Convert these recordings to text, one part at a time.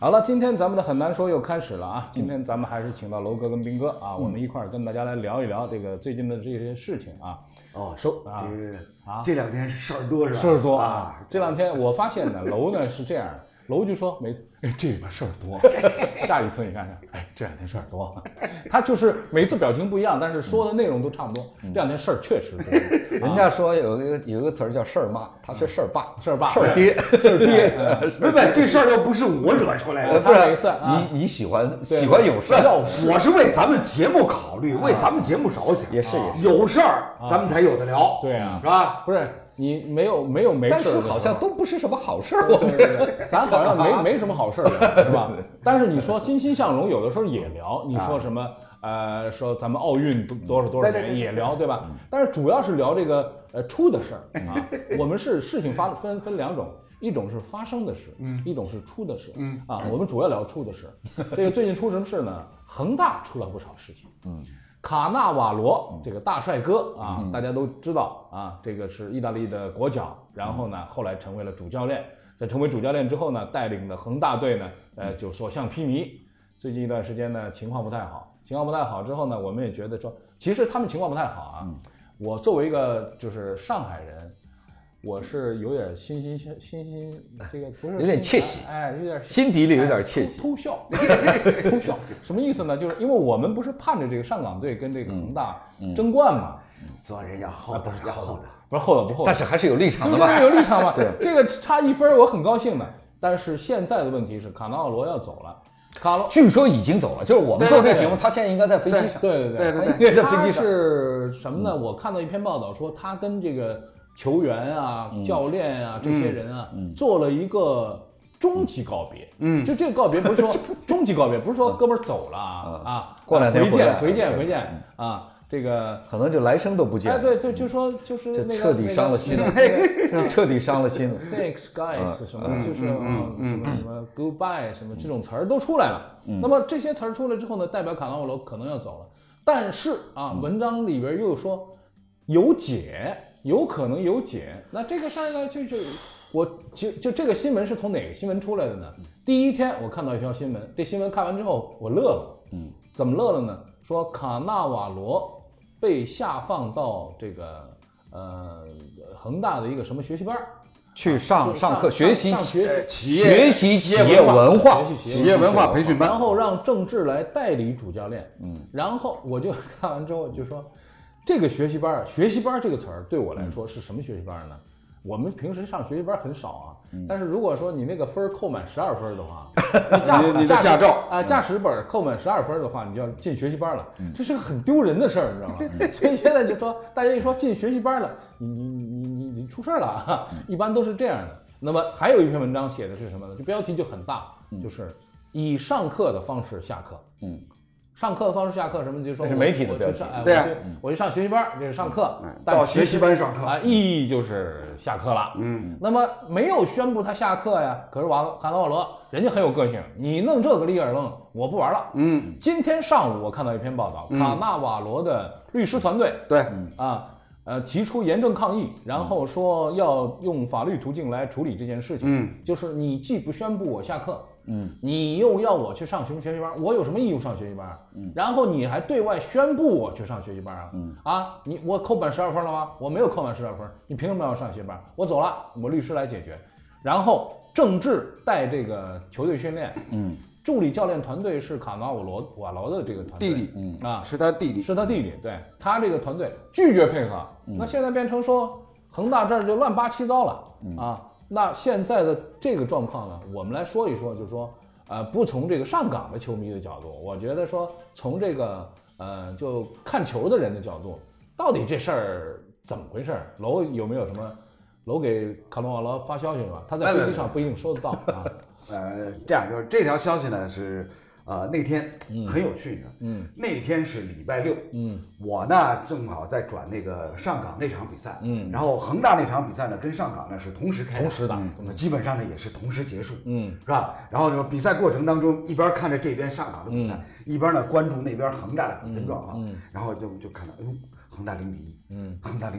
好了，今天咱们的很难说又开始了啊！今天咱们还是请到楼哥跟斌哥啊，我们一块儿跟大家来聊一聊这个最近的这些事情啊。 这两天事儿多是吧？ 事儿多啊！这两天我发现呢，楼呢是这样的，楼就说每次这里边事儿多，下一次你看看，这两天事儿多，他就是每次表情不一样，但是说的内容都差不多。这两天事儿确实多。 人家说有一个词儿叫事儿妈，他是事儿爸， 事儿爸， 事儿爹， 事儿爹。 不，这事儿又不是我惹出来的， 不是你喜欢有事儿，我是为咱们节目考虑，为咱们节目着想， 也是有事儿咱们才有的聊， 对啊， 是吧？ 不是你没事， 但是好像都不是什么好事儿， 我觉得咱好像没什么好事儿，是吧？但是你说欣欣向荣，有的时候也聊，你说什么？说咱们奥运多少年也聊，对吧？但是主要是聊这个出的事儿啊。我们是事情分两种，一种是发生的事，一种是出的事，啊，我们主要聊出的事。这个最近出什么事呢？恒大出了不少事情，卡纳瓦罗这个大帅哥啊，大家都知道啊，这个是意大利的国脚，然后呢，后来成为了主教练，在成为主教练之后呢，带领的恒大队呢，就所向披靡。最近一段时间呢，情况不太好之后呢，我们也觉得说，其实他们情况不太好啊。我作为一个就是上海人，我是有点心这个不是有点窃喜， 有点心底里有点窃喜， 偷笑，什么意思呢？就是因为我们不是盼着这个上港队跟这个恒大争冠嘛， 做人要厚道，要厚道， 不是厚道不厚道， 但是还是有立场的吧？ 有立场嘛？对，这个差1分我很高兴的，但是现在的问题是卡纳瓦罗要走了。 据说已经走了，就是我们做这个节目，他现在应该在飞机上。 对， 应该在飞机上。 他是什么呢？我看到一篇报道说，他跟这个球员啊、教练啊这些人啊，做了一个终极告别。就这个告别不是说终极告别，不是说哥们儿走了啊， 过两天回见啊。这个可能就来生都不见。 对，就说就是那个彻底伤了心了，彻底伤了心了。 Thanks guys 什么就是什么 goodbye 什么这种词儿都出来了。那么这些词儿出来之后呢，代表卡纳瓦罗可能要走了。但是啊，文章里边又说有解，有可能有解。那这个事儿呢，就这个新闻是从哪个新闻出来的呢？第一天我看到一条新闻，这新闻看完之后我乐了。怎么乐了呢？说卡纳瓦罗被下放到这个恒大的一个什么学习班， 去上课学习企业文化培训班， 然后让郑智来代理主教练。然后我就看完之后就说，这个学习班这个词儿对我来说是什么学习班呢？我们平时上学习班很少啊，但是如果说你那个分扣满12分的话， 你的驾照驾驶本扣满12分的话，你就要进学习班了。这是个很丢人的事儿，你知道吗？所以现在就说，大家一说进学习班了，你出事儿了，一般都是这样的。那么还有一篇文章写的是什么呢？这标题就很大，就是以上课的方式下课。上课的方式下课什么？就是说是媒体的标题。 对啊，我去上学习班，这是上课， 到学习班上课啊，意义就是下课了。那么没有宣布他下课呀。可是卡纳瓦罗人家很有个性，你弄这个立耳愣，我不玩了。今天上午我看到一篇报道，卡纳瓦罗的律师团队提出严正抗议，然后说要用法律途径来处理这件事情。就是你既不宣布我下课。你又要我去上什么学习班？我有什么义务上学习班？然后你还对外宣布我去上学习班我扣满12分了吗？我没有扣满12分，你凭什么要上学习班？我走了，我律师来解决。然后郑智带这个球队训练，助理教练团队是卡纳瓦罗的这个团队， 弟弟是他弟弟， 对，他这个团队拒绝配合。那现在变成说恒大这儿就乱八七糟了那现在的这个状况呢，我们来说一说，就是说，不从这个上港的球迷的角度，我觉得说从这个就看球的人的角度，到底这事儿怎么回事？楼有没有什么？楼给卡纳瓦罗发消息是吧？他在飞机上不一定收得到这样就是这条消息呢是那天很有趣的，那天是礼拜六，我呢正好在转那个上港那场比赛，然后恒大那场比赛呢跟上港呢是同时开打， 同时打， 基本上呢也是同时结束，是吧？然后呢比赛过程当中，一边看着这边上港的比赛，一边呢关注那边恒大的比分状况，然后就看到，哎呦，恒大0-1，恒大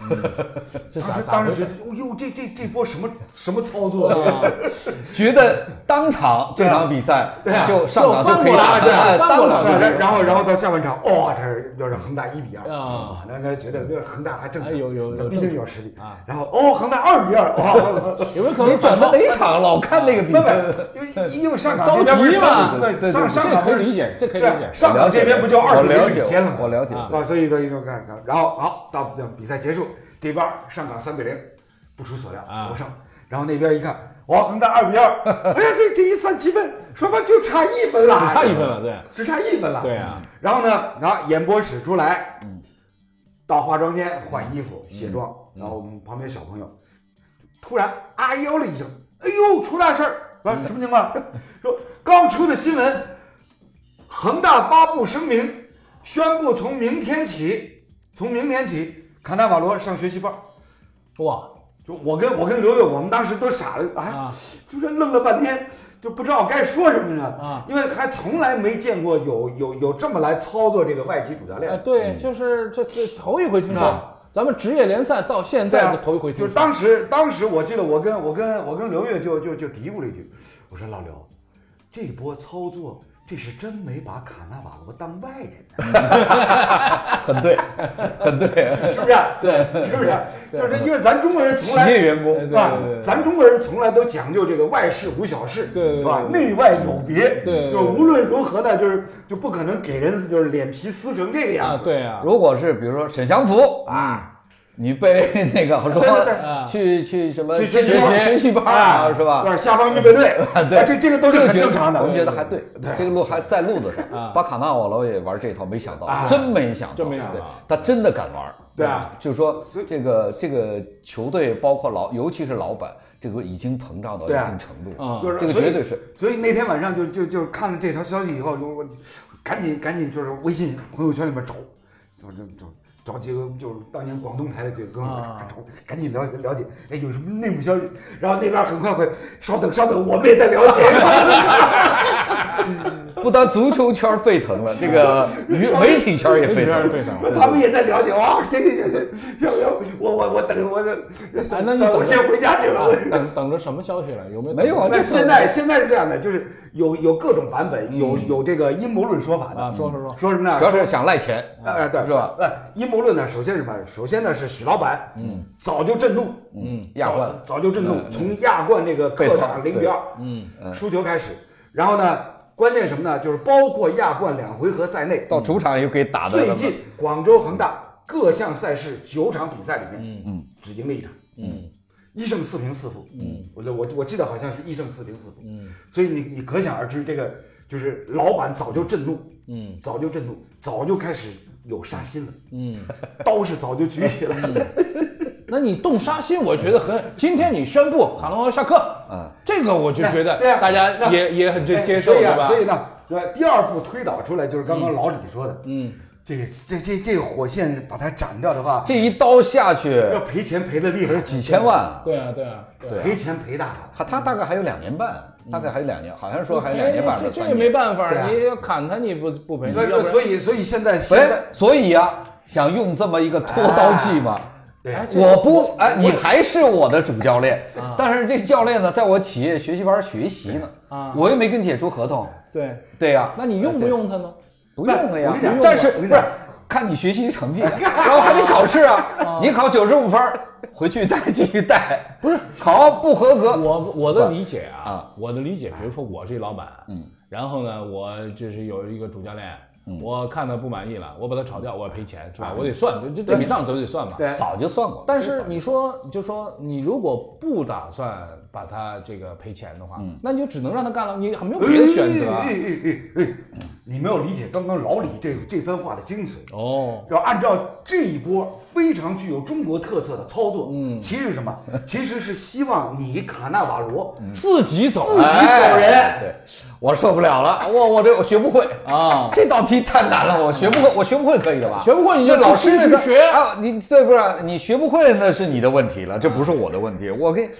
0-2，当时觉得，哎呦，这波什么操作？ 觉得当场这场比赛就上港就可以打， 当场就然后到下半场，这就是恒大1-2啊，那觉得这恒大还正常，毕竟有实力啊。然后恒大2-2，哇， 有没有可能转到哪场老看那个比分？因为上港这边不是对上港可以理解，这可以理解。 上港这边不就2-0领先了吗？ 我了解啊，所以就看，然后好到比赛结束，这边上港3-0，不出所料获胜。然后那边一看，哇，恒大2-2，哎呀，这一算积分，双方就差1分了， 只差1分了，对， 只差1分了， 对啊。 然后呢，演播室出来，到化妆间换衣服卸妆，然后我们旁边小朋友突然嗷了一声，哎呦，出大事儿！什么情况？说刚出的新闻，恒大发布声明，宣布从明天起，卡纳瓦罗上学习班。 哇！ 就我跟刘勇，我们当时都傻了，就是愣了半天，就不知道该说什么呢因为还从来没见过有这么来操作这个外籍主教练。 对，就是这头一回听说，咱们职业联赛到现在头一回听说。 就当时我记得我跟刘越就嘀咕了一句，我说老刘，这波操作。这是真没把卡纳瓦罗当外人呢， 很对， 是不是？对，是不是？就是因为咱中国人从来企业员工咱中国人从来都讲究这个外事无小事，对吧？内外有别， 对， 就无论如何呢，就不可能给人就是脸皮撕成这个样子， 对啊。 如果是比如说沈祥福你被那个说去什么学习班是吧？ 下方预备队，对，这个都是很正常的。 我们觉得还对，这个路还在路子上。把卡纳瓦罗也玩这套，没想到，真没想到，对，他真的敢玩。 对啊， 就是说这个球队包括尤其是老板，这个已经膨胀到一定程度，这个绝对是。 所以那天晚上就看了这条消息以后，我赶紧就是微信朋友圈里面找几个就是当年广东台的几个哥们儿，赶紧了解，哎，有什么内幕消息？然后那边很快会，稍等，我们也在了解。不单足球圈沸腾了，这个媒体圈也沸腾了， 他们也在了解。哇，行，我等我先回家去了。 等着什么消息了？有没有？ 没有啊，那现在是这样的，就是有各种版本，有这个阴谋论说法的啊，说什么呢？ 主要是想赖钱， 对， 是吧？ 阴谋论呢，首先是什么？首先呢是许老板，早就震怒， 亚冠早就震怒，从亚冠这个客场0-2，输球开始，然后呢。关键什么呢？就是包括亚冠2回合在内， 到主场又可以打的。 最近广州恒大各项赛事9场比赛里面，只赢了1场，1胜4平4负。我记得好像是1胜4平4负。所以你可想而知，这个就是老板早就震怒，早就开始有杀心了，刀是早就举起来了。 那你动杀心，我觉得今天你宣布卡纳瓦罗下课，这个我就觉得大家也很接受，对吧？ 所以呢，第二步推导出来就是刚刚老李说的，这个火线把它斩掉的话， 这一刀下去要赔钱赔的厉害， 几千万。 对， 赔钱赔大了。他大概还有2年半，好像说还有2年半是3年。 这也没办法，你要砍他你不赔。 所以现在所以啊，想用这么一个拖刀计嘛。我不你还是我的主教练，但是这教练呢，在我企业学习班学习呢，我又没跟解除合同。对呀， 那你用不用他呢？ 不用了呀。但是不是看你学习成绩，然后还得考试啊。你考95分，回去再继续带。不是考不合格。 我的理解我的理解，比如说我是一老板，然后呢，我就是有一个主教练。我看他不满意了，我把他炒掉，我要赔钱，是吧？我得算，这笔账都得算嘛。 早就算过。 但是你说你如果不打算把他这个赔钱的话，那你就只能让他干了，你还没有别的选择。 你没有理解刚刚老李这番话的精髓哦。 要按照这一波非常具有中国特色的操作，其实是什么？其实是希望你卡纳瓦罗自己走人。 对，我受不了了，我学不会啊！这道题太难了，我学不会可以的吧？ 学不会你就老师去学啊！你对不是？你学不会那是你的问题了，这不是我的问题。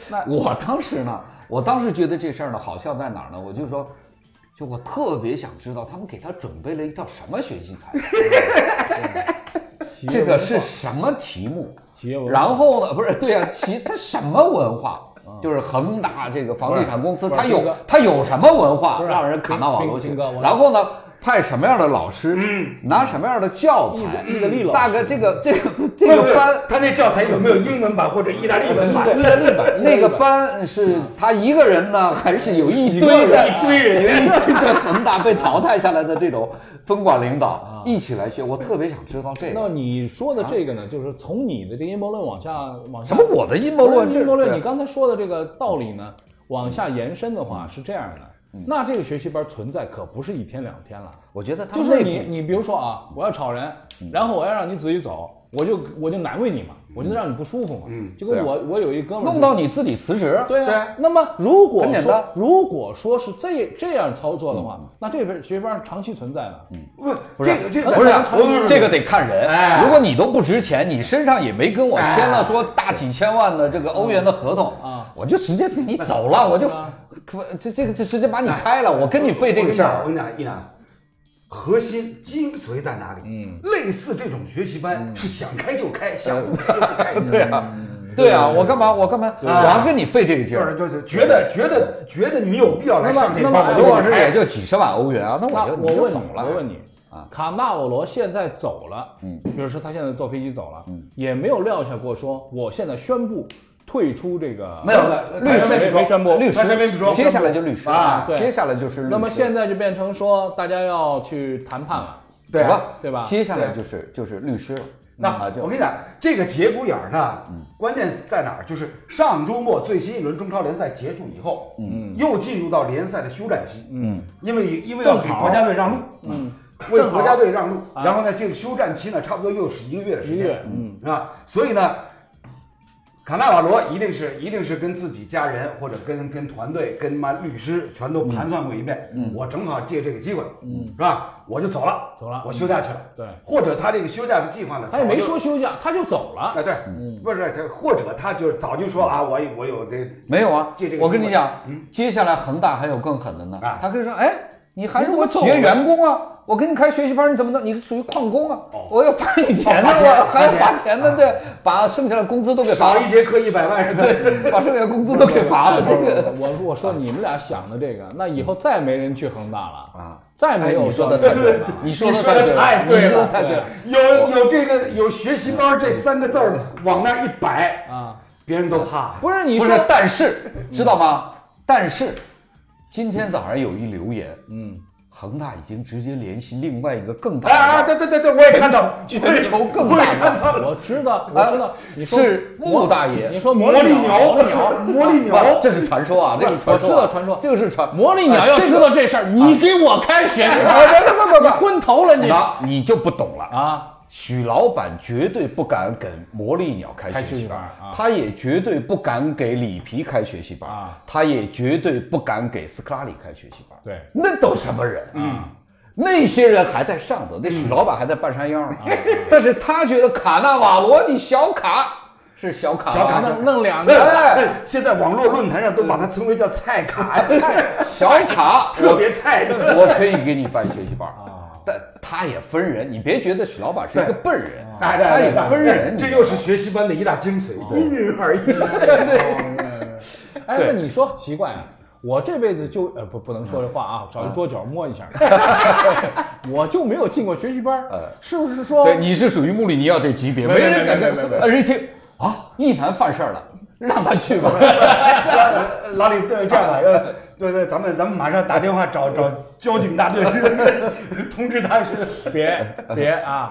我当时觉得这事儿呢，好笑在哪儿呢？我就说。就我特别想知道他们给他准备了一套什么学习材料，这个是什么题目？然后呢，不是对啊，他什么文化？就是恒大这个房地产公司，他有什么文化让人卡纳瓦罗去？然后呢？派什么样的老师，拿什么样的教材？ 意大利老师， 大概这个班， 他那教材有没有英文版或者意大利文版？ 意大利版。 那个班是他一个人呢，还是有一堆人的恒大被淘汰下来的这种分管领导一起来学？我特别想知道这个。 那你说的这个呢，就是从你的这个阴谋论往下什么我的阴谋论？ 阴谋论，你刚才说的这个道理呢，往下延伸的话是这样的。那这个学习班存在可不是1天2天了， 我觉得就是你比如说啊，我要炒人，然后我要让你自己走，我就难为你嘛，我就让你不舒服嘛，就跟我有一哥们弄到你自己辞职， 对啊。那么如果说是这样操作的话，那这份学习班长期存在的， 不是这个得看人。如果你都不值钱，你身上也没跟我签了说大几千万的这个欧元的合同啊，我就直接给你走了，我就这个直接把你开了，我跟你费这个事儿。 我跟你讲，一楠，核心精髓在哪里？类似这种学习班是想开就开，想不开就不开。 对啊，我干嘛？我要跟你费这个劲儿？ 就是觉得你有必要来上这个班， 周老师也就几十万欧元啊，那我就走了。 我问你啊，卡纳瓦罗现在走了，比如说他现在坐飞机走了，也没有撂下过说我现在宣布。退出这个没有律师没宣布， 律师没说，接下来就律师啊， 接下来就是律师。 那么现在就变成说大家要去谈判了，对吧？ 接下来就是律师了。 那我跟你讲，这个节骨眼儿呢，关键在哪儿？就是上周末最新一轮中超联赛结束以后，又进入到联赛的休战期，因为要给国家队让路，为国家队让路，然后呢，这个休战期呢，差不多又是1个月的时间，是吧？所以呢。卡纳瓦罗一定是跟自己家人或者跟团队跟律师全都盘算过一遍，我正好借这个机会，是吧？我就走了，我休假去了， 对， 或者他这个休假的计划呢， 他也没说休假，他就走了， 对，不是，或者他就早就说啊，我有这没有啊？我跟你讲，接下来恒大还有更狠的呢，他可以说，哎，你还是我企业员工啊。我给你开学习班，你怎么弄？你属于旷工啊！我要罚你钱呢，我还要罚钱呢，对，把剩下的工资都给罚了。 少一节课100万， 对，把剩下的工资都给罚了。这个， 我说你们俩想的这个，那以后再没人去恒大了啊，再没有。 你说的太对了， 你说的太对了，太对了。有这个有学习班这3个字往那一摆啊，别人都怕。 不是你说， 但是知道吗？但是今天早上有一留言，恒大已经直接联系另外一个更大的，对，我也看到全球更大的， 我知道，你说是穆大爷， 你说魔力鸟， 这是传说啊，这是传说， 我知道传说， 这个是传魔力鸟要知道这事儿，你给我开学习班， 不， 昏头了你就不懂了啊。 许老板绝对不敢给魔力鸟开学习班，他也绝对不敢给里皮开学习班，他也绝对不敢给斯科拉里开学习班。 对， 那都什么人？那些人还在上头，那许老板还在半山腰呢。但是他觉得卡纳瓦罗，你小卡是小卡， 弄2个。 现在网络论坛上都把它称为叫菜卡， 小卡特别菜的， 我可以给你办学习班啊。但他也分人，你别觉得许老板是一个笨人，他也分人， 这又是学习班的一大精髓，因人而异。 哎，那你说奇怪啊？我这辈子就不能说这话啊，找一桌角摸一下，我就没有进过学习班，是不是说？ 对，你是属于穆里尼奥这级别，没人敢跟，人一听啊，一谈犯事儿了，让他去吧。 老李，对，这样吧，对，咱们马上打电话找交警大队，通知他。 别啊！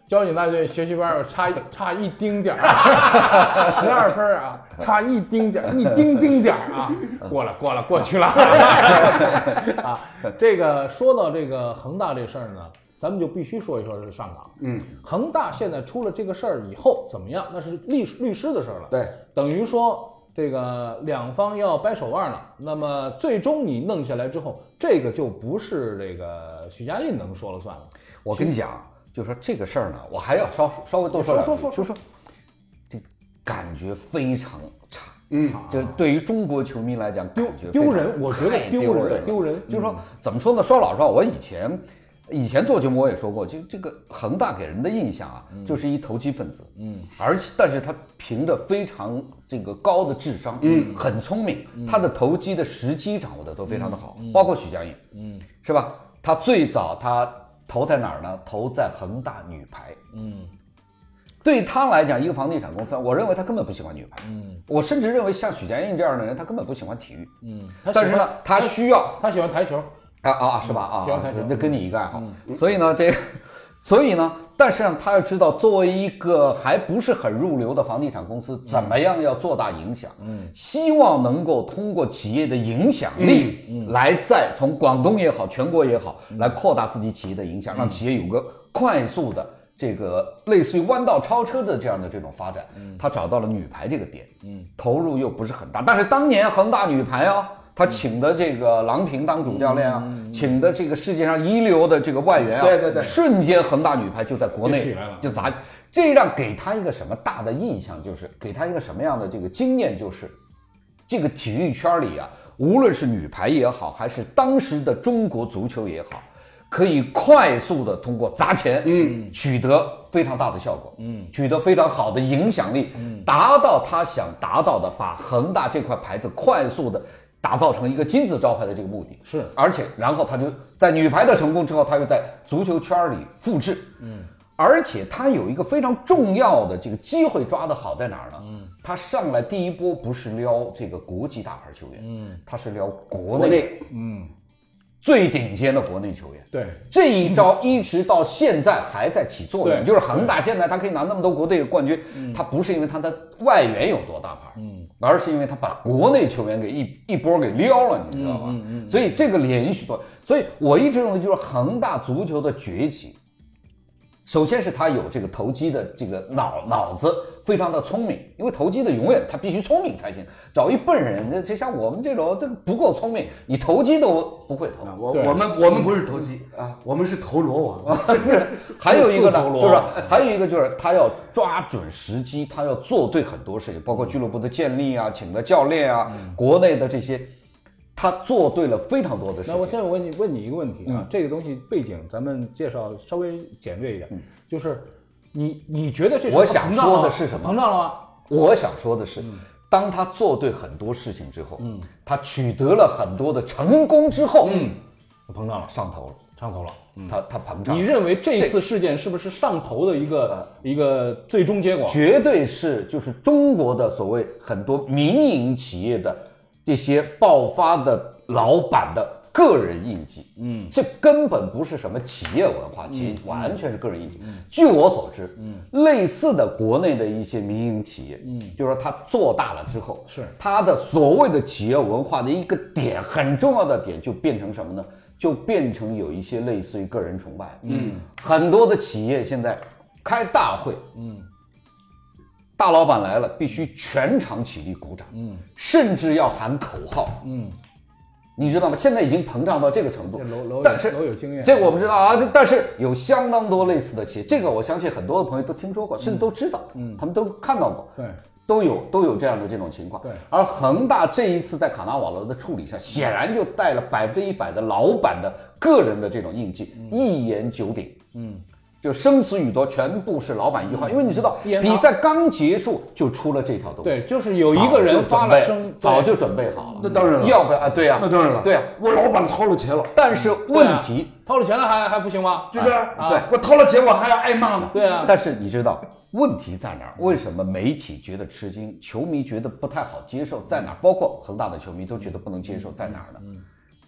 交警大队学习班差一丁点儿，12分啊，差一丁点儿啊，过去了啊。这个说到这个恒大这事儿呢，咱们就必须说一说是上港。恒大现在出了这个事儿以后怎么样？那是律师的事儿了。 对， 等于说这个两方要掰手腕了。那么最终你弄下来之后，这个就不是这个许家印能说了算了。 我跟你讲。就说这个事儿呢，我还要稍微多说两句，就说这感觉非常差，就对于中国球迷来讲，感觉丢人，我觉得丢人。 就是说怎么说呢？说老实话，我以前做节目我也说过，就这个恒大给人的印象啊，就是一投机分子，但是他凭着非常这个高的智商，很聪明，他的投机的时机掌握的都非常的好，包括许家印，是吧？他最早他投在哪儿呢？投在恒大女排。对他来讲，一个房地产公司，我认为他根本不喜欢女排。我甚至认为像许家印这样的人，他根本不喜欢体育。但是呢，他需要， 他喜欢台球是吧？ 喜欢台球， 那跟你一个爱好。所以呢，但是呢，他要知道，作为一个还不是很入流的房地产公司，怎么样要做大影响？希望能够通过企业的影响力，来再从广东也好，全国也好，来扩大自己企业的影响，让企业有个快速的这个类似于弯道超车的这种发展。他找到了女排这个点，投入又不是很大，但是当年恒大女排啊。他请的这个郎平当主教练啊，请的这个世界上一流的这个外援啊， 对， 瞬间恒大女排就在国内就砸，这让给他一个什么大的印象，就是给他一个什么样的这个经验，就是这个体育圈里啊，无论是女排也好，还是当时的中国足球也好，可以快速的通过砸钱，取得非常大的效果，取得非常好的影响力，达到他想达到的，把恒大这块牌子快速的打造成一个金字招牌的这个目的是， 而且然后他就在女排的成功之后，他又在足球圈里复制，而且他有一个非常重要的这个机会抓得好在哪儿呢？他上来第一波不是撩这个国际大牌球员，他是撩国内，最顶尖的国内球员。 对， 这一招一直到现在还在起作用。就是恒大现在他可以拿那么多国内冠军，他不是因为他的外援有多大牌，而是因为他把国内球员给一波给撩了，你知道吗？所以这个连续多，所以我一直认为就是恒大足球的崛起。首先是他有这个投机的这个脑子非常的聪明，因为投机的永远他必须聪明才行，找一笨人，就像我们这种这个不够聪明，你投机都不会投。 我们不是投机啊，我们是投罗网。 还有一个呢，就是他要抓准时机，他要做对很多事情，包括俱乐部的建立啊，请的教练啊，国内的这些。他做对了非常多的事情。 那我现在问你一个问题啊，这个东西背景咱们介绍稍微简略一点，就是你觉得这是我想说的是什么？ 膨胀了吗？ 我想说的是，当他做对很多事情之后，他取得了很多的成功之后， 膨胀了， 上头了。他膨胀。 你认为这次事件是不是上头的一个最终结果？ 绝对是，就是中国的所谓很多民营企业的。这些爆发的老板的个人印记，这根本不是什么企业文化，企业完全是个人印记。据我所知，类似的国内的一些民营企业，就是说他做大了之后， 是他的所谓的企业文化的一个点，很重要的点就变成什么呢？就变成有一些类似于个人崇拜。很多的企业现在开大会，大老板来了，必须全场起立鼓掌，甚至要喊口号，你知道吗？现在已经膨胀到这个程度，但是有经验， 这个我不知道啊，但是有相当多类似的企业，这个我相信很多的朋友都听说过，甚至都知道，他们都看到过， 对， 都有这样的这种情况。 对， 而恒大这一次在卡纳瓦罗的处理上，显然就带了100%的老板的个人的这种印记，一言九鼎，就生死与夺全部是老板一句话，因为你知道比赛刚结束就出了这条东西， 对，就是有一个人发了声， 早就准备好了。 那当然了， 要不然啊，对呀， 那当然了， 对呀， 我老板掏了钱了， 但是问题掏了钱了还不行吗？ 就是对， 我掏了钱我还要挨骂呢。 对啊， 但是你知道问题在哪儿？为什么媒体觉得吃惊，球迷觉得不太好接受在哪儿？包括恒大的球迷都觉得不能接受在哪儿呢？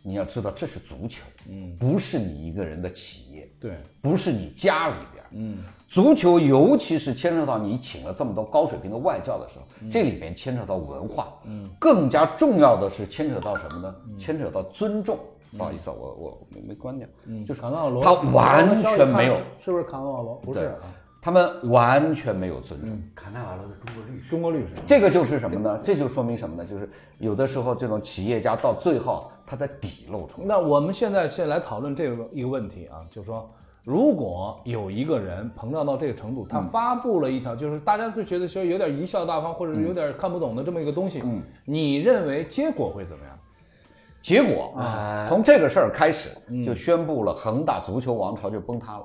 你要知道这是足球，不是你一个人的企业， 对， 不是你家里边，足球尤其是牵扯到你请了这么多高水平的外教的时候，这里边牵扯到文化，更加重要的是牵扯到什么呢？牵扯到尊重。不好意思啊，我没关掉， 就是卡纳瓦罗， 他完全没有， 是不是卡纳瓦罗？不是啊， 他们完全没有尊重。 卡纳瓦罗的中国律师， 这个就是什么呢？这就说明什么呢？就是有的时候这种企业家到最后他的底露出来。 那我们现在先来讨论一个问题啊，就是说，如果有一个人膨胀到这个程度，他发布了一条，就是大家会觉得说有点贻笑大方，或者是有点看不懂的这么一个东西，你认为结果会怎么样？ 结果从这个事儿开始就宣布了恒大足球王朝就崩塌了。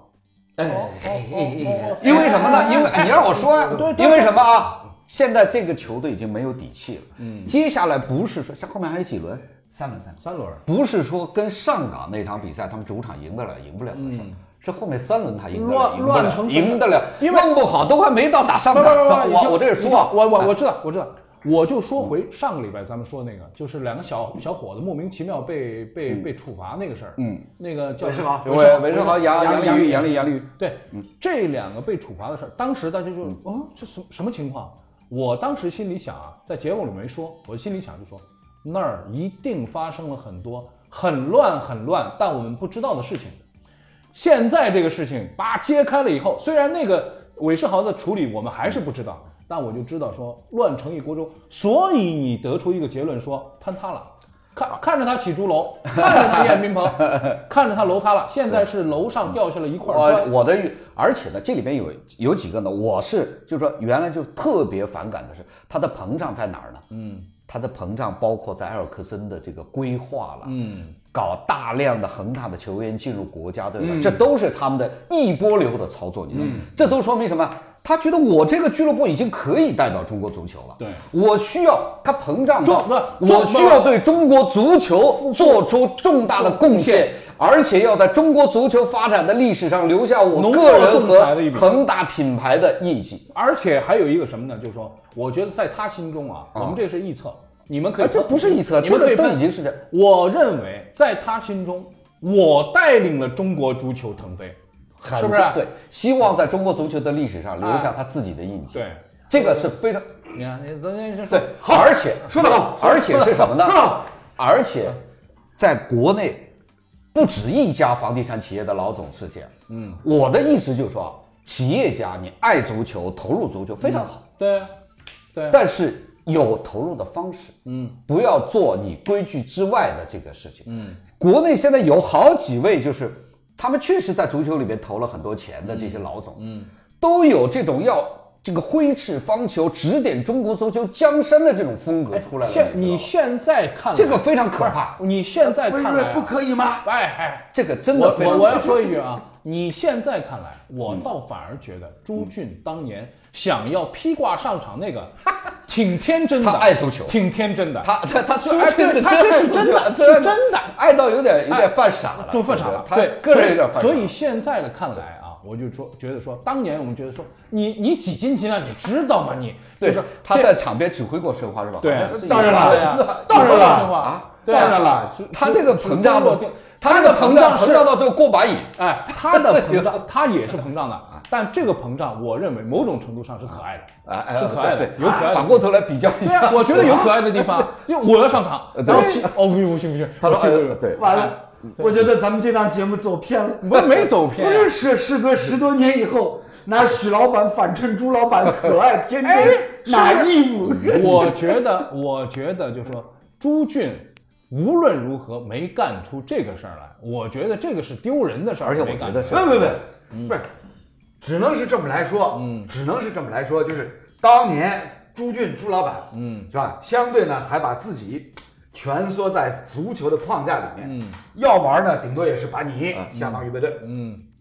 因为什么呢？因为你让我说呀，因为什么啊？现在这个球队已经没有底气了。接下来不是说像后面还有几轮 ，3轮， 不是说跟上港那场比赛他们主场赢得了赢不了的事，是后面3轮他赢得了，弄不好都还没到打上港。我这说啊， 我知道。我就说回上个礼拜咱们说那个，就是2个小伙子莫名其妙被处罚那个事儿。那个叫韦世豪、杨立瑜。 对，这2个被处罚的事儿，当时大家就这什么情况？我当时心里想啊，在节目里没说，我心里想就说那儿一定发生了很多很乱，但我们不知道的事情。现在这个事情揭开了以后，虽然那个韦世豪的处理我们还是不知道。但我就知道说乱成一锅粥，所以你得出一个结论说坍塌了，看着他起朱楼，看着他宴宾棚，看着他楼塌了，现在是楼上掉下了一块砖。 而且呢，这里边有几个呢，我是就是说原来就特别反感的是它的膨胀在哪儿呢？它的膨胀包括在埃尔克森的这个规划了，搞大量的恒大的球员进入国家队了，这都是他们的一波流的操作，你知道吗？这都说明什么？他觉得我这个俱乐部已经可以代表中国足球了， 对， 我需要他膨胀到，我需要对中国足球做出重大的贡献，而且要在中国足球发展的历史上留下我个人和恒大品牌的印记。 而且还有一个什么呢？就是说，我觉得在他心中啊，我们这是臆测，你们可以， 这不是臆测，这个都已经是这。 我认为在他心中，我带领了中国足球腾飞。是不是？ 对，希望在中国足球的历史上留下他自己的印记。 对， 这个是非常。 你看，你昨天对，而且说得好， 而且是什么呢？而且在国内不止一家房地产企业的老总是这样。我的意思就是说，企业家你爱足球，投入足球非常好。 对， 但是有投入的方式。不要做你规矩之外的这个事情。国内现在有好几位就是。他们确实在足球里面投了很多钱的这些老总，都有这种要这个挥斥方遒、指点中国足球江山的这种风格出来了。 你现在看这个非常可怕。 你现在看来不可以吗？ 这个真的非常可怕。 我要说一句啊，你现在看来，我倒反而觉得朱俊当年想要披挂上场那个，挺天真的。 他爱足球， 挺天真的。 他这是真的，是真的， 爱到有点犯傻了， 都犯傻了。 对，个人有点犯傻。 所以现在的看来啊，我就觉得说，当年我们觉得说，你几斤几两，你知道吗？你就是他在场边指挥过申花是吧？ 对， 当然了，当然了， 他这个膨胀的，他这个膨胀到最后过把瘾。 他的膨胀，他也是膨胀的，但这个膨胀，我认为某种程度上是可爱的，是可爱的，有可爱的。 反过头来比较一下， 我觉得有可爱的地方，因为我要上场，然后不行， 他说对， 完了。我觉得咱们这档节目走偏了， 我没走偏， 不是时隔10多年以后，拿许老板反衬朱老板可爱天真，哪义务？ 我觉得就是说，朱俊无论如何没干出这个事儿来，我觉得这个是丢人的事儿， 而且我觉得是不是，只能是这么来说，就是当年朱老板，是吧？相对呢还把自己蜷缩在足球的框架里面，要玩呢，顶多也是把你下放预备队，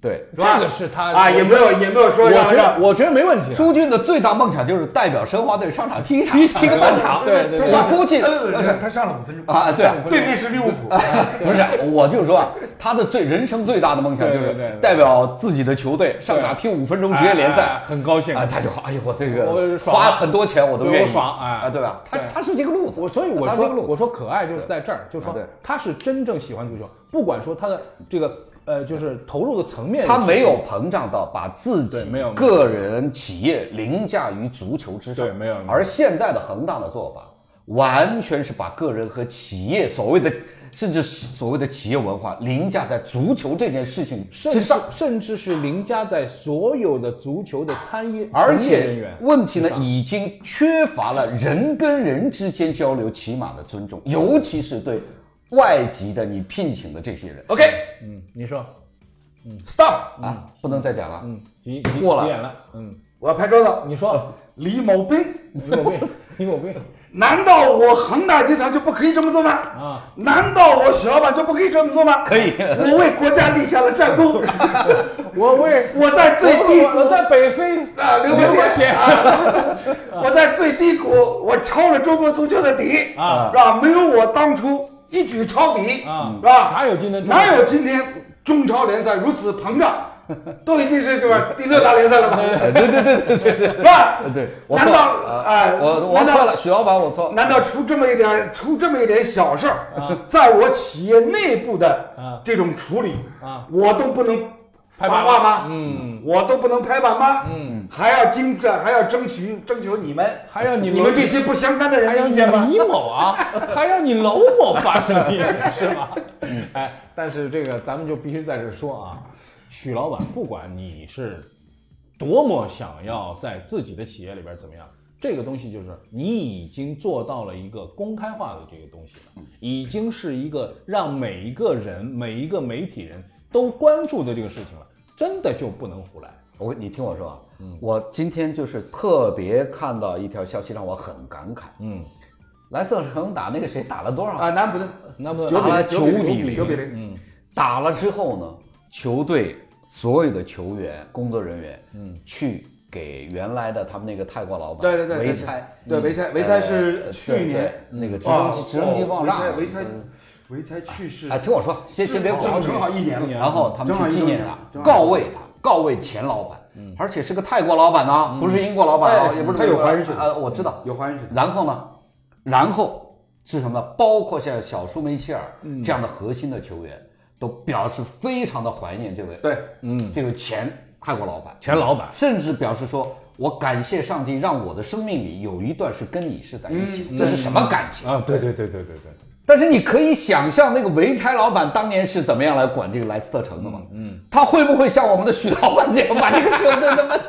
对， 这个是他啊，也没有说我觉得没问题。 朱俊的最大梦想就是代表申花队上场踢个半场。 对， 我估计他上了5分钟啊，对， 对面是利物浦。 不是，我就说他的人生最大的梦想就是代表自己的球队上场踢5分钟职业联赛， 很高兴啊，他就哎呦我这个花很多钱我都愿意爽啊，对吧？他是这个路子， 所以我说可爱就是在这儿，就是说他是真正喜欢足球，不管说他的这个。就是投入的层面， 他没有膨胀到把自己个人企业凌驾于足球之上， 对，没有。 而现在的恒大的做法，完全是把个人和企业所谓的，甚至所谓的企业文化凌驾在足球这件事情之上， 甚至是凌驾在所有的足球的参与而且人员。 问题呢，已经缺乏了人跟人之间交流起码的尊重，尤其是对外籍的你聘请的这些人。OK， 你说 ，stop 啊，不能再讲了，过了， 急眼了， 我要拍桌子。 你说李某斌， 李某斌， 难道我恒大集团就不可以这么做吗？啊，难道我许老板就不可以这么做吗？ 可以， 我为国家立下了战功，我在最低谷， 我在北非啊流过血，我在最低谷，我抄了中国足球的底啊，是吧？没有我当初一举抄底啊，是吧？ 哪有今天中超联赛如此膨胀？都已经是对吧？第6大联赛了吧？ 对， 是吧？ 对， 难道我错了，许老板我错。 难道出这么一点小事儿，在我企业内部的这种处理我都不能发话吗？我都不能拍板吗？还要征求你们， 还要你们这些不相干的人的意见吗？ 李某啊，还要你娄某发声音是吧？但是这个咱们就必须在这说啊。许老板，不管你是多么想要在自己的企业里边怎么样，这个东西就是你已经做到了一个公开化的这个东西了，已经是一个让每一个人、每一个媒体人都关注的这个事情了，真的就不能胡来。 你听我说啊，我今天就是特别看到一条消息让我很感慨，莱斯特城打那个谁打了多少啊？南普顿打了9比 0， 打了之后呢，球队所有的球员、工作人员，去给原来的他们那个泰国老板维差， 维差是去年那个直升机爆炸， 维差去世。 听我说，先别管， 正好1年了。 然后他们去纪念他，告慰前老板，而且是个泰国老板呢，不是英国老板啊，也不是他有华人血统， 我知道有华人血统。 然后是什么？包括像小舒梅切尔这样的核心的球员。都表示非常的怀念这位这个前泰国老板，甚至表示说，我感谢上帝让我的生命里有一段是跟你是在一起的，这是什么感情啊？对。 但是你可以想象那个维差老板当年是怎么样来管这个莱斯特城的吗？他会不会像我们的许老板这样把这个球队他妈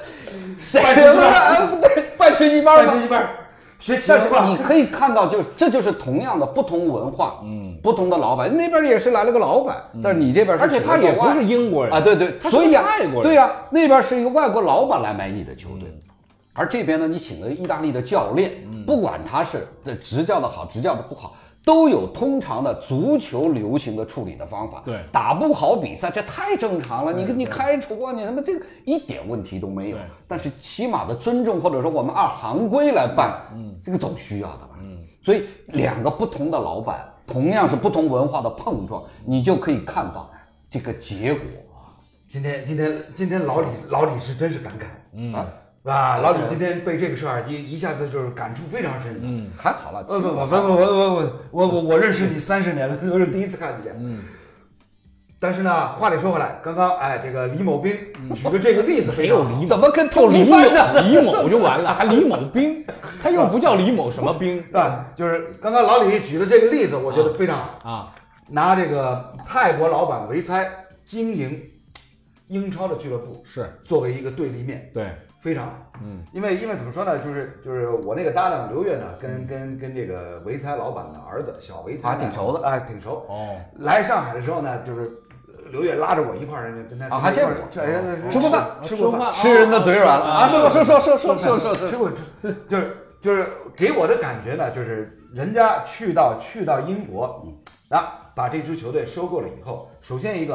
半学一半但是你可以看到，这就是同样的不同文化，不同的老板，那边也是来了个老板，但是你这边是， 而且他也不是英国人啊，对，所以泰国人， 对呀，那边是一个外国老板来买你的球队，而这边呢，你请了意大利的教练，不管他是执教的好，执教的不好，都有通常的足球流行的处理的方法。 对， 打不好比赛这太正常了，你开除啊，你什么这个一点问题都没有。但是起码的尊重或者说我们按行规来办，这个总需要的吧。所以2个不同的老板，同样是不同文化的碰撞，你就可以看到这个结果。 今天老李是真是感慨啊！老李今天被这个事儿一下子就是感触非常深。 还好了。 我认识你30年了，我是第一次看你。但是呢，话里说回来，刚刚这个李某斌举的这个例子没有李某， 怎么跟通缉犯上李某就完了，还李某斌，他又不叫李某什么斌是吧？就是刚刚老李举的这个例子，我觉得非常好啊。拿这个泰国老板维差经营英超的俱乐部是作为一个对立面， 对， 非常好。因为怎么说呢，就是我那个搭档刘越呢，跟这个维差老板的儿子小维差挺熟的， 挺熟。来上海的时候呢，就是刘越拉着我一块儿跟他还见过， 吃过饭， 吃人的嘴软了啊！说， 吃过，就是给我的感觉呢，就是人家去到英国把这支球队收购了以后，首先一个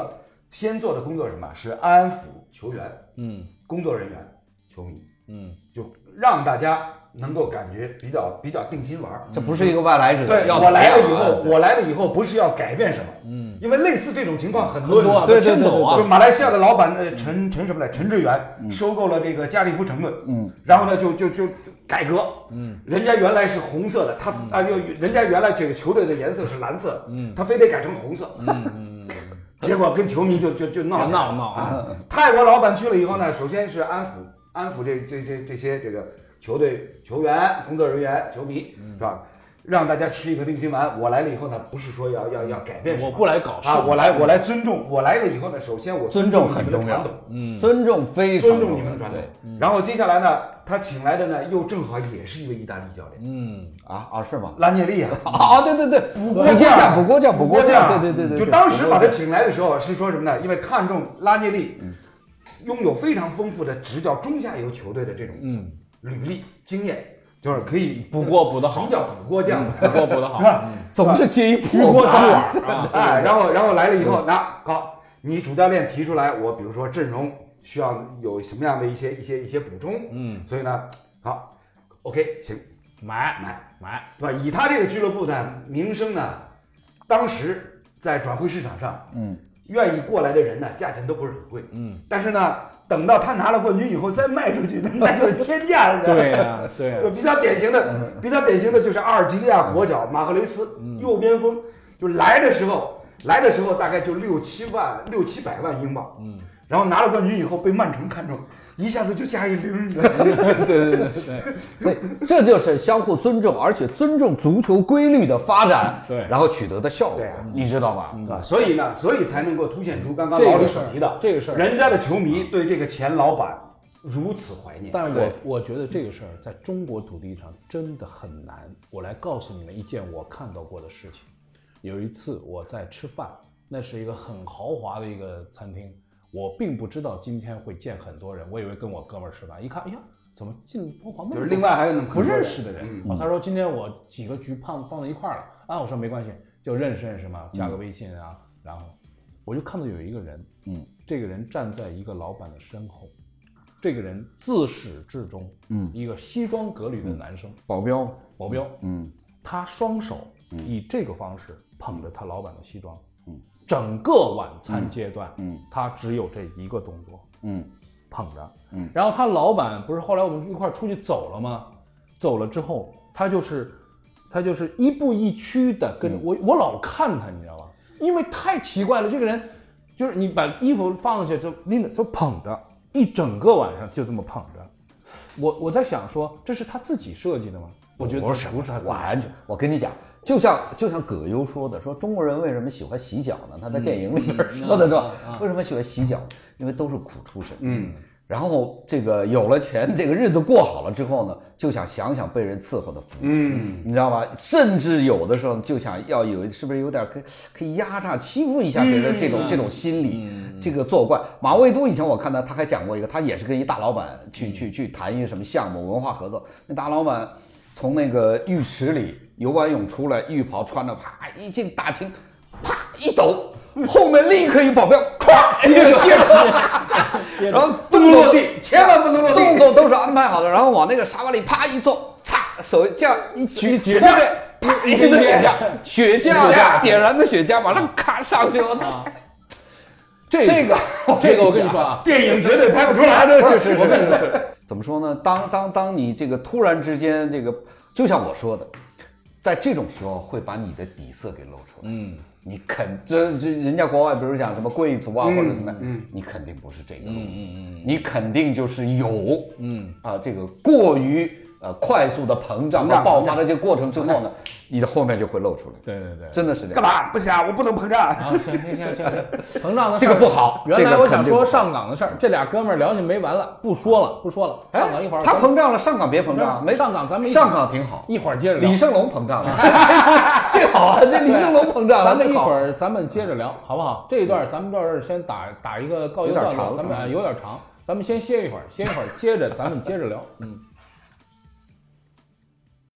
先做的工作是什么？是安抚球员、工作人员、球迷，就让大家能够感觉比较定心丸。 这不是一个外来者， 对，我来了以后不是要改变什么，因为类似这种情况很多人， 对， 就马来西亚的老板陈什么来，陈志远收购了这个加利福城顿，然后呢就改革，人家原来是红色的，人家原来这个球队的颜色是蓝色，他非得改成红色，结果跟球迷就闹啊。泰国老板去了以后呢，首先是安抚这些这个球队球员、工作人员、球迷，是吧？让大家吃一颗定心丸。我来了以后呢，不是说要改变什么， 我不来搞事啊，我来尊重。我来了以后呢，首先我尊重很重要，尊重非常重要， 尊重你们的传统。然后接下来呢，他请来的呢又正好也是一位意大利教练， 是吗？ 拉涅利啊， 对，补锅匠，对， 就当时把他请来的时候是说什么呢？因为看中拉涅利拥有非常丰富的执教中下游球队的这种履历经验。就是可以补锅补得好。 什么叫补锅匠？ 补锅补得好， 总是接一破锅碗。 哎，然后来了以后，好，你主教练提出来，我比如说阵容需要有什么样的一些补充，所以呢，好 ，OK， 行，买，对吧？以他这个俱乐部的名声呢，当时在转会市场上，愿意过来的人呢，价钱都不是很贵，但是呢。等到他拿了冠军以后再卖出去，那就是天价了。 对呀， 就比较典型的就是阿尔及利亚国脚马赫雷斯，右边锋，就来的时候大概就6、7百万英镑，然后拿了冠军以后被曼城看中，一下子就加一0。 对， 所以这就是相互尊重，而且尊重足球规律的发展， 对， 然后取得的效果，你知道吧？ 所以才能够凸显出刚刚老李所提的这个事儿， 人家的球迷对这个前老板如此怀念。 但是我觉得这个事儿在中国土地上真的很难。我来告诉你们一件我看到过的事情。有一次我在吃饭，那是一个很豪华的一个餐厅。我并不知道今天会见很多人，我以为跟我哥们儿吃饭，一看，哎呀，怎么进包房就是另外还有那不认识的人。他说今天我几个局放在一块儿了啊，我说没关系，就认识嘛，加个微信啊。然后我就看到有一个人，这个人站在一个老板的身后，这个人自始至终，一个西装革履的男生， 保镖， 他双手以这个方式捧着他老板的西装。整个晚餐阶段，他只有这一个动作，捧着，然后他老板不是后来我们一块出去走了吗？走了之后，他就是一步一趋的跟着我老看他，你知道吧？因为太奇怪了，这个人就是你把衣服放上去就拎着就捧着，一整个晚上就这么捧着。我在想说，这是他自己设计的吗？我觉得不是他自己， 完全。我跟你讲。就像葛优说的，说中国人为什么喜欢洗脚呢？他在电影里面说的，是吧？为什么喜欢洗脚？因为都是苦出身，然后这个有了钱，这个日子过好了之后呢，就想被人伺候的福，你知道吧？甚至有的时候就想要是不是有点可以压榨欺负一下别人这种心理，这个作怪。马未都以前我看他还讲过一个，他也是跟一大老板去谈一个什么项目文化合作，那大老板从那个浴池里游完泳出来，浴袍穿着，啪一进大厅，啪一抖，后面立刻一保镖，咵一个接着，然后动作千万不能落地， 动作都是安排好的，然后往那个沙发里啪一坐，擦手这样一举，后面啪一个雪茄，点燃的雪茄，往上咔上去，我操！这个我跟你说啊， 电影绝对拍不出来， 这是我跟你说，怎么说呢？当你这个突然之间，这个就像我说的，在这种时候会把你的底色给露出来。你这人家国外比如讲什么贵族啊或者什么，你肯定不是这个路子，你肯定就是有这个过于快速的膨胀和爆发的这个过程之后呢，你的后面就会露出来。 对， 真的是这样。 干嘛？不行，我不能膨胀。 行，膨胀的这个不好。 原来我想说上岗的事儿，这俩哥们儿聊去没完了，不说了。上岗一会儿他膨胀了，上岗别膨胀，没上岗咱们上岗挺好， 一会儿接着聊。 李胜龙膨胀了，这好啊，这李胜龙膨胀了， 咱们一会儿咱们接着聊，好不好？这一段咱们到这儿先打一个告一段落，咱们有点长，咱们先歇一会儿，接着咱们接着聊。